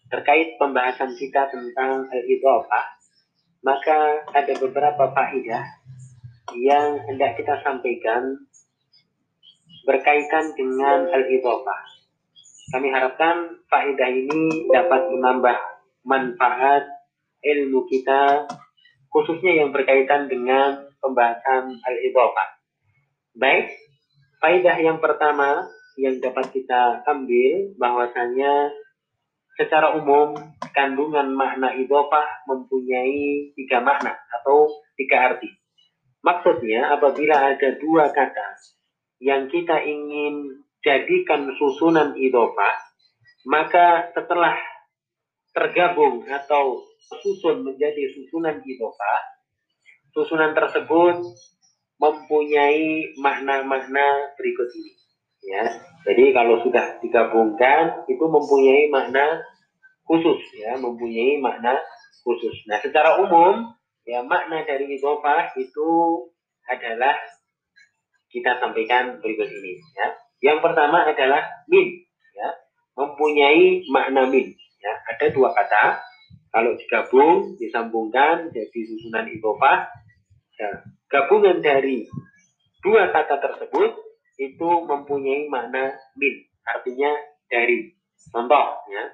terkait pembahasan kita tentang al-idhofah, maka ada beberapa faedah yang hendak kita sampaikan berkaitan dengan al-idhofah. Kami harapkan faedah ini dapat menambah manfaat ilmu kita, khususnya yang berkaitan dengan pembahasan al-idhofah. Baik, faedah yang pertama yang dapat kita ambil bahwasanya secara umum kandungan makna idhofah mempunyai 3 makna atau 3 arti. Maksudnya apabila ada 2 kata yang kita ingin jadikan susunan idhofah, maka setelah tergabung atau susun menjadi susunan idhofah, susunan tersebut mempunyai makna-makna berikut ini. Ya, jadi kalau sudah digabungkan itu mempunyai makna khusus, ya, mempunyai makna khusus. Nah, secara umum ya makna dari idhofah itu adalah kita sampaikan berikut ini. Ya. Yang pertama adalah min, ya, mempunyai makna min. Ya, ada 2 kata, kalau digabung disambungkan jadi susunan idhofah. Ya, gabungan dari 2 kata tersebut itu mempunyai makna min, artinya dari. Contoh, ya,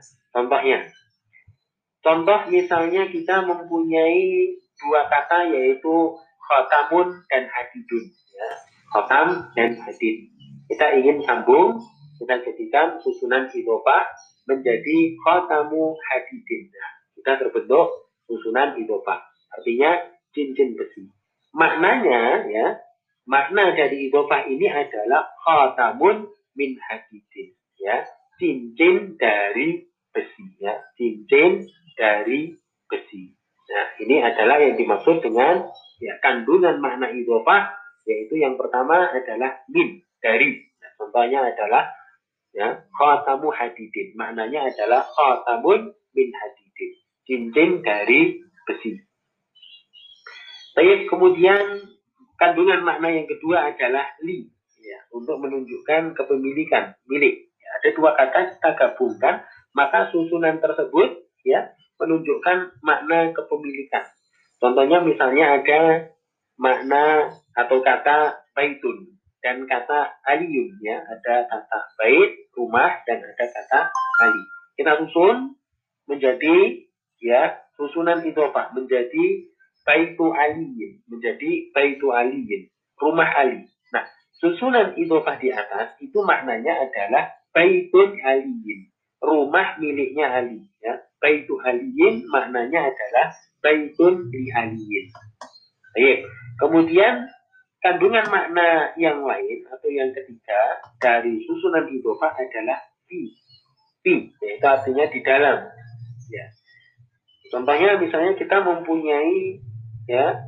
contoh misalnya kita mempunyai 2 kata yaitu khotamun dan hadidun. Ya, khotam dan hadid. Kita ingin sambung, kita jadikan susunan idhofah menjadi khotamu hadidin. Nah, kita terbentuk susunan idhofah, artinya cincin besi. Maknanya, ya, makna dari idhofah ini adalah khotamun min hadidin, ya, cincin dari besi, ya, cincin dari besi. Nah, ini adalah yang dimaksud dengan ya kandungan makna idhofah, yaitu yang pertama adalah min, dari. Nah, contohnya adalah ya khotamu hadidin, maknanya adalah khotamun min hadidin, cincin dari besi. Baik, kemudian kandungan makna yang kedua adalah li, ya, untuk menunjukkan kepemilikan, milik. Ya, ada 2 kata kita gabungkan, maka susunan tersebut ya menunjukkan makna kepemilikan. Contohnya misalnya ada makna atau kata baitun dan kata aliyun, ya, ada kata bait, rumah, dan ada kata ali. Kita susun menjadi ya susunan idhofah menjadi baitu aliyin, menjadi baitu aliyin, rumah Ali. Nah, susunan idhofah di atas itu maknanya adalah baitun aliyin, rumah miliknya Ali. Ya, baitu aliyin maknanya adalah baitun li aliyin. Baik. Kemudian kandungan makna yang lain atau yang ketiga dari susunan idhofah adalah fi. Fi, yaitu artinya di dalam. Ya. Contohnya misalnya kita mempunyai ya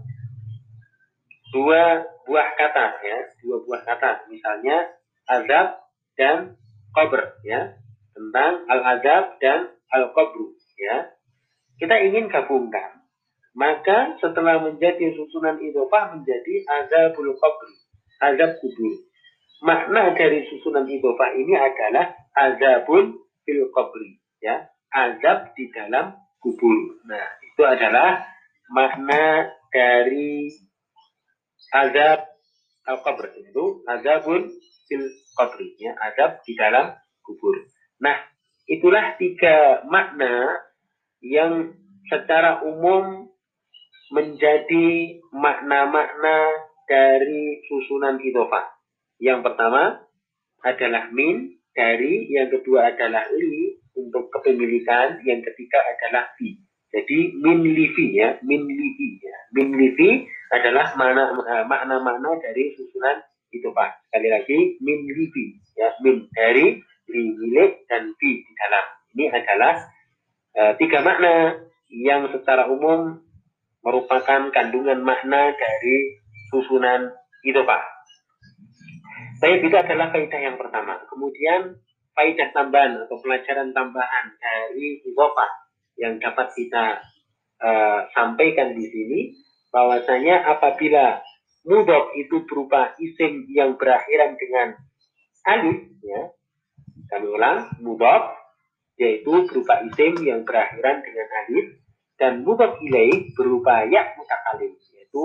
2 buah kata, ya, 2 buah kata, misalnya azab dan qabr, ya, tentang al-azab dan al-qabru, ya. Kita ingin gabungkan, maka setelah menjadi susunan idhofah menjadi azabul qabri, azab kubur. Makna dari susunan idhofah ini adalah azabun fil qabri, ya, azab di dalam kubur. Nah, itu adalah makna dari azab al-qabr, itu azabun fil qabri, ya, azab di dalam kubur. Nah, itulah 3 makna yang secara umum menjadi makna-makna dari susunan idhofah. Yang pertama adalah min, dari, yang kedua adalah li, untuk kepemilikan, yang ketiga adalah fi. Jadi min lifi, ya, min lifi, ya. Min lifi adalah makna-makna dari susunan idhofah. Sekali lagi, min lifi, ya, min dari, li milik, dan fi di dalam. Ini adalah 3 makna yang secara umum merupakan kandungan makna dari susunan idhofah. Baik, itu adalah faedah yang pertama. Kemudian faedah tambahan atau pelajaran tambahan dari idhofah yang dapat kita sampaikan di sini, bahwasanya apabila mudhof itu berupa isim yang berakhiran dengan alif, ya, kami ulang, mudhof yaitu berupa isim yang berakhiran dengan alif, dan mudhof ilaih berupa ya mutakalim, yaitu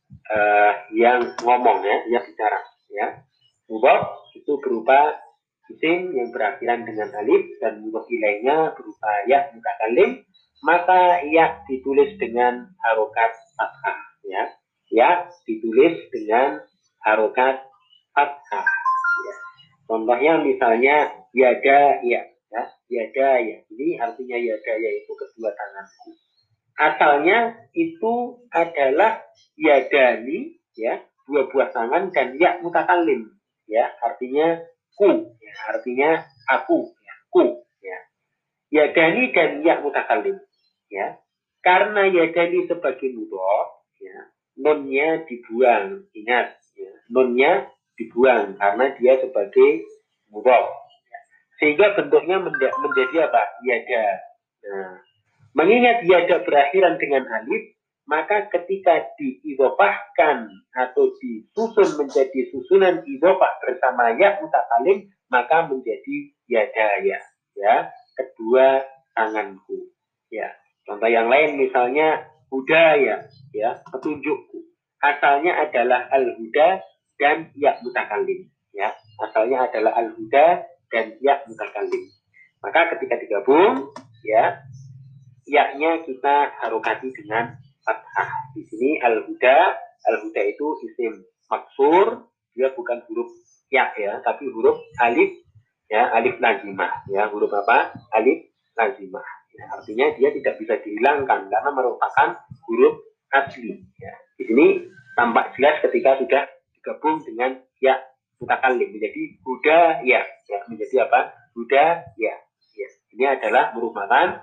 yang ngomong ya, yang bicara ya. Mudhof itu berupa isim yang berakhiran dengan alif dan mudhof ilaihnya berupa ya mutakalim, maka ya ditulis dengan harokat fathah ya. Ya ditulis dengan harokat fathah ya. Contohnya misalnya yada ya, yada ya. Ini artinya yada ya itu kedua tanganku. Asalnya itu adalah yadani ya, dua buah tangan, dan ya mutakalim ya, artinya ku ya, artinya aku ya, ku ya. Yadani dan ya mutakalim ya. Karena yadani sebagai mudhof ya, nunnya dibuang. Ingat ya, nunnya dibuang karena dia sebagai mudhof. Ya. Sehingga bentuknya menjadi apa? Yada. Nah, mengingat yada berakhiran dengan alif, maka ketika diidhofahkan atau disusun menjadi susunan idhofah bersama ya mutakalim, maka menjadi yadaya ya, kedua tanganku ya. Contoh yang lain misalnya hudaya ya, petunjukku. Asalnya adalah al-huda dan ya mutakalim ya. Asalnya adalah al-huda dan ya mutakalim. Maka ketika digabung ya, ya-nya kita harokati dengan fathah. Di sini al-huda itu isim maksur, dia bukan huruf ya ya, tapi huruf alif ya, alif lazimah ya, huruf apa? Alif lazimah. Ya, artinya dia tidak bisa dihilangkan karena merupakan huruf asli ya. Di sini tampak jelas ketika sudah digabung dengan ya mutakallim menjadi huda ya, ya menjadi apa? Huda ya. Ya. Ini adalah merupakan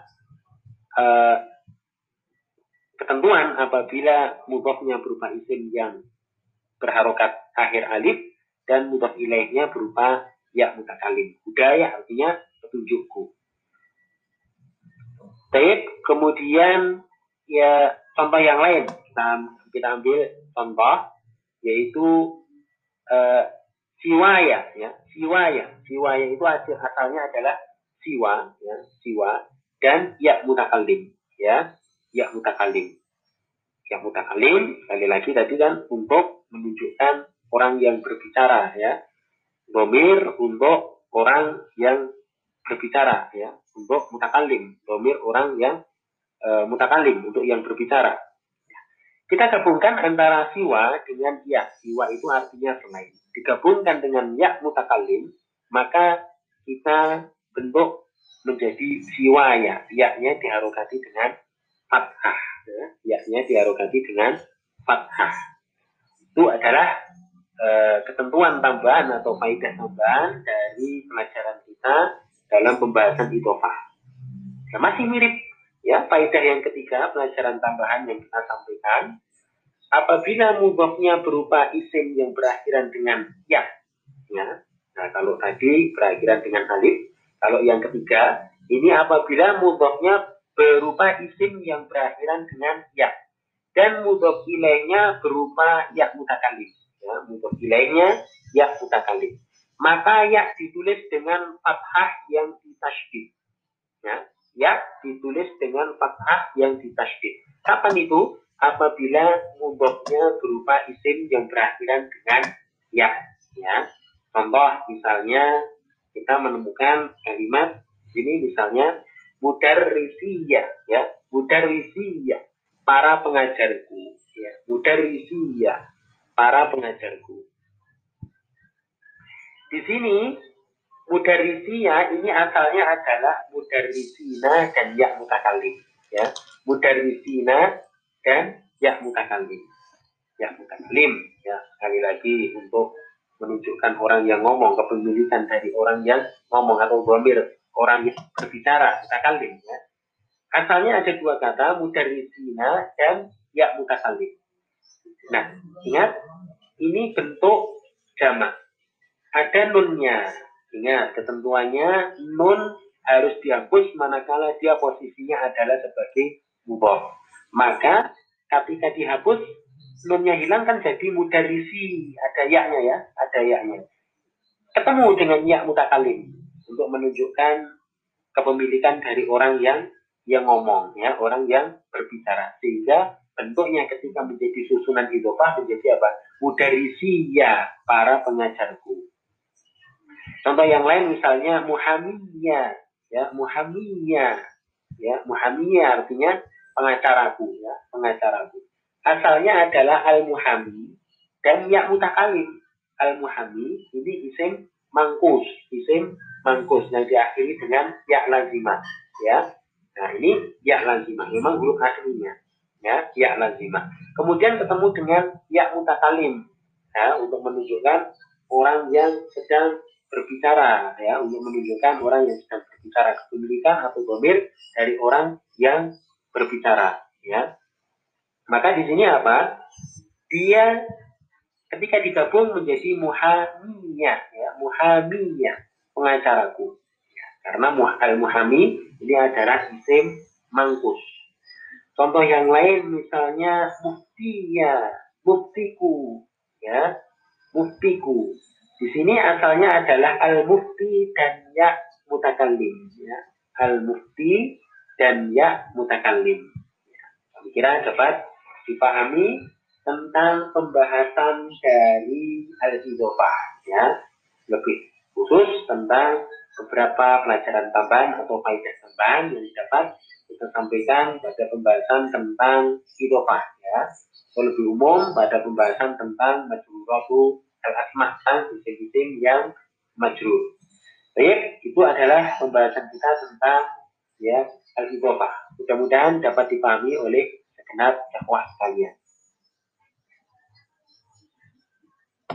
ketentuan apabila mudhofnya berupa isim yang berharokat akhir alif dan mudhof ilaihnya berupa ya mutakalim. Hudaya artinya petunjukku. Baik, kemudian ya contoh yang lain kita ambil contoh yaitu siwaya ya, siwaya itu asalnya adalah siwa ya, siwa dan ya mutakalim ya, ya mutakalim. Ya mutakalim sekali lagi tadi kan untuk menunjukkan orang yang berbicara ya, domir untuk orang yang berbicara ya, untuk mutakalim, domir orang yang mutakalim untuk yang berbicara. Kita gabungkan antara siwa dengan ya. Siwa itu artinya selain. Digabungkan dengan ya mutakalim, maka kita bentuk menjadi siwa ya. Ya-nya diharokati dengan fathah. Ya-nya diharokati dengan fathah. Itu adalah ketentuan tambahan atau faidah tambahan dari pelajaran kita dalam pembahasan idhofah. Ya, masih mirip ya, faidah yang ketiga pelajaran tambahan yang kita sampaikan, apabila mudhofnya berupa isim yang berakhiran dengan ya, ya. Nah, kalau tadi berakhiran dengan alif, kalau yang ketiga ini apabila mudhofnya berupa isim yang berakhiran dengan ya dan mudhof ilaihnya berupa ya mutakalim. Ya, mudhof ilaihnya ya mutakalim. Maka ya ditulis dengan fathah yang ditasydid. Ya ditulis dengan fathah yang ditasydid. Kapan itu? Apabila mudhofnya berupa isim yang berakhiran dengan ya. Ya. Contoh misalnya kita menemukan kalimat ini misalnya mudarrisiyah ya, mudarrisiyah, para pengajarku ya, mudarrisiyah, para pengajarku. Di sini mudarrisiyah ini asalnya adalah mudarrisina dan ya mutakalim ya, mudarrisina dan ya mutakalim, ya mutakalim ya, sekali lagi untuk menunjukkan orang yang ngomong, kepemilikan dari orang yang ngomong atau dhamir orang yang berbicara, mutakalim ya. Asalnya ada dua kata, mudarrisina dan ya mutakalim. Nah, ingat ini bentuk jamak. Ada nunnya. Ingat ketentuannya, nun harus dihapus manakala dia posisinya adalah sebagai mudhof. Maka ketika dihapus nunnya hilang kan jadi mudarrisi, ada ya-nya ya, ada ya-nya. Ketemu dengan ya mutakalim untuk menunjukkan kepemilikan dari orang yang ngomong, ya, orang yang berbicara. Sehingga bentuknya ketika menjadi susunan idhofah menjadi apa? Mudarisiya, para pengajarku. Contoh yang lain misalnya muhamiyah, ya, muhamiyah, ya, muhamiyah artinya pengacaraku, ya, pengacaraku. Asalnya adalah al-muhami dan ya mutakalim. Al-muhami ini isim mangkus yang diakhiri dengan ya lazimah, ya. Nah, ini ya lazimah, memang huruf aslinya, ya, ya lazimah. Kemudian ketemu dengan ya mutakalim, ya, untuk menunjukkan orang yang sedang berbicara, ya, untuk menunjukkan orang yang sedang berbicara, kepemilikan atau domir dari orang yang berbicara, ya. Maka di sini apa? Dia ketika digabung menjadi muhamiyah, ya, muhamiyah, pengacaraku. Ya, karena al-muhami ini adalah isim mangkus. Contoh yang lain misalnya muftiya, muftiku, ya, muftiku. Di sini asalnya adalah al-mufti dan ya mutakallim, ya. Al-mufti dan ya mutakallim. Saya kira dapat dipahami tentang pembahasan dari al-idhofah, ya, lebih khusus tentang beberapa pelajaran tambahan atau faedah tambahan yang dapat kita sampaikan pada pembahasan tentang idhofah, ya, atau lebih umum pada pembahasan tentang majruratu al-asma' tentang isim-isim yang majrur. Baik, itu adalah pembahasan kita tentang, ya, al-idhofah. Mudah-mudahan dapat dipahami oleh segenap ikhwah sekalian.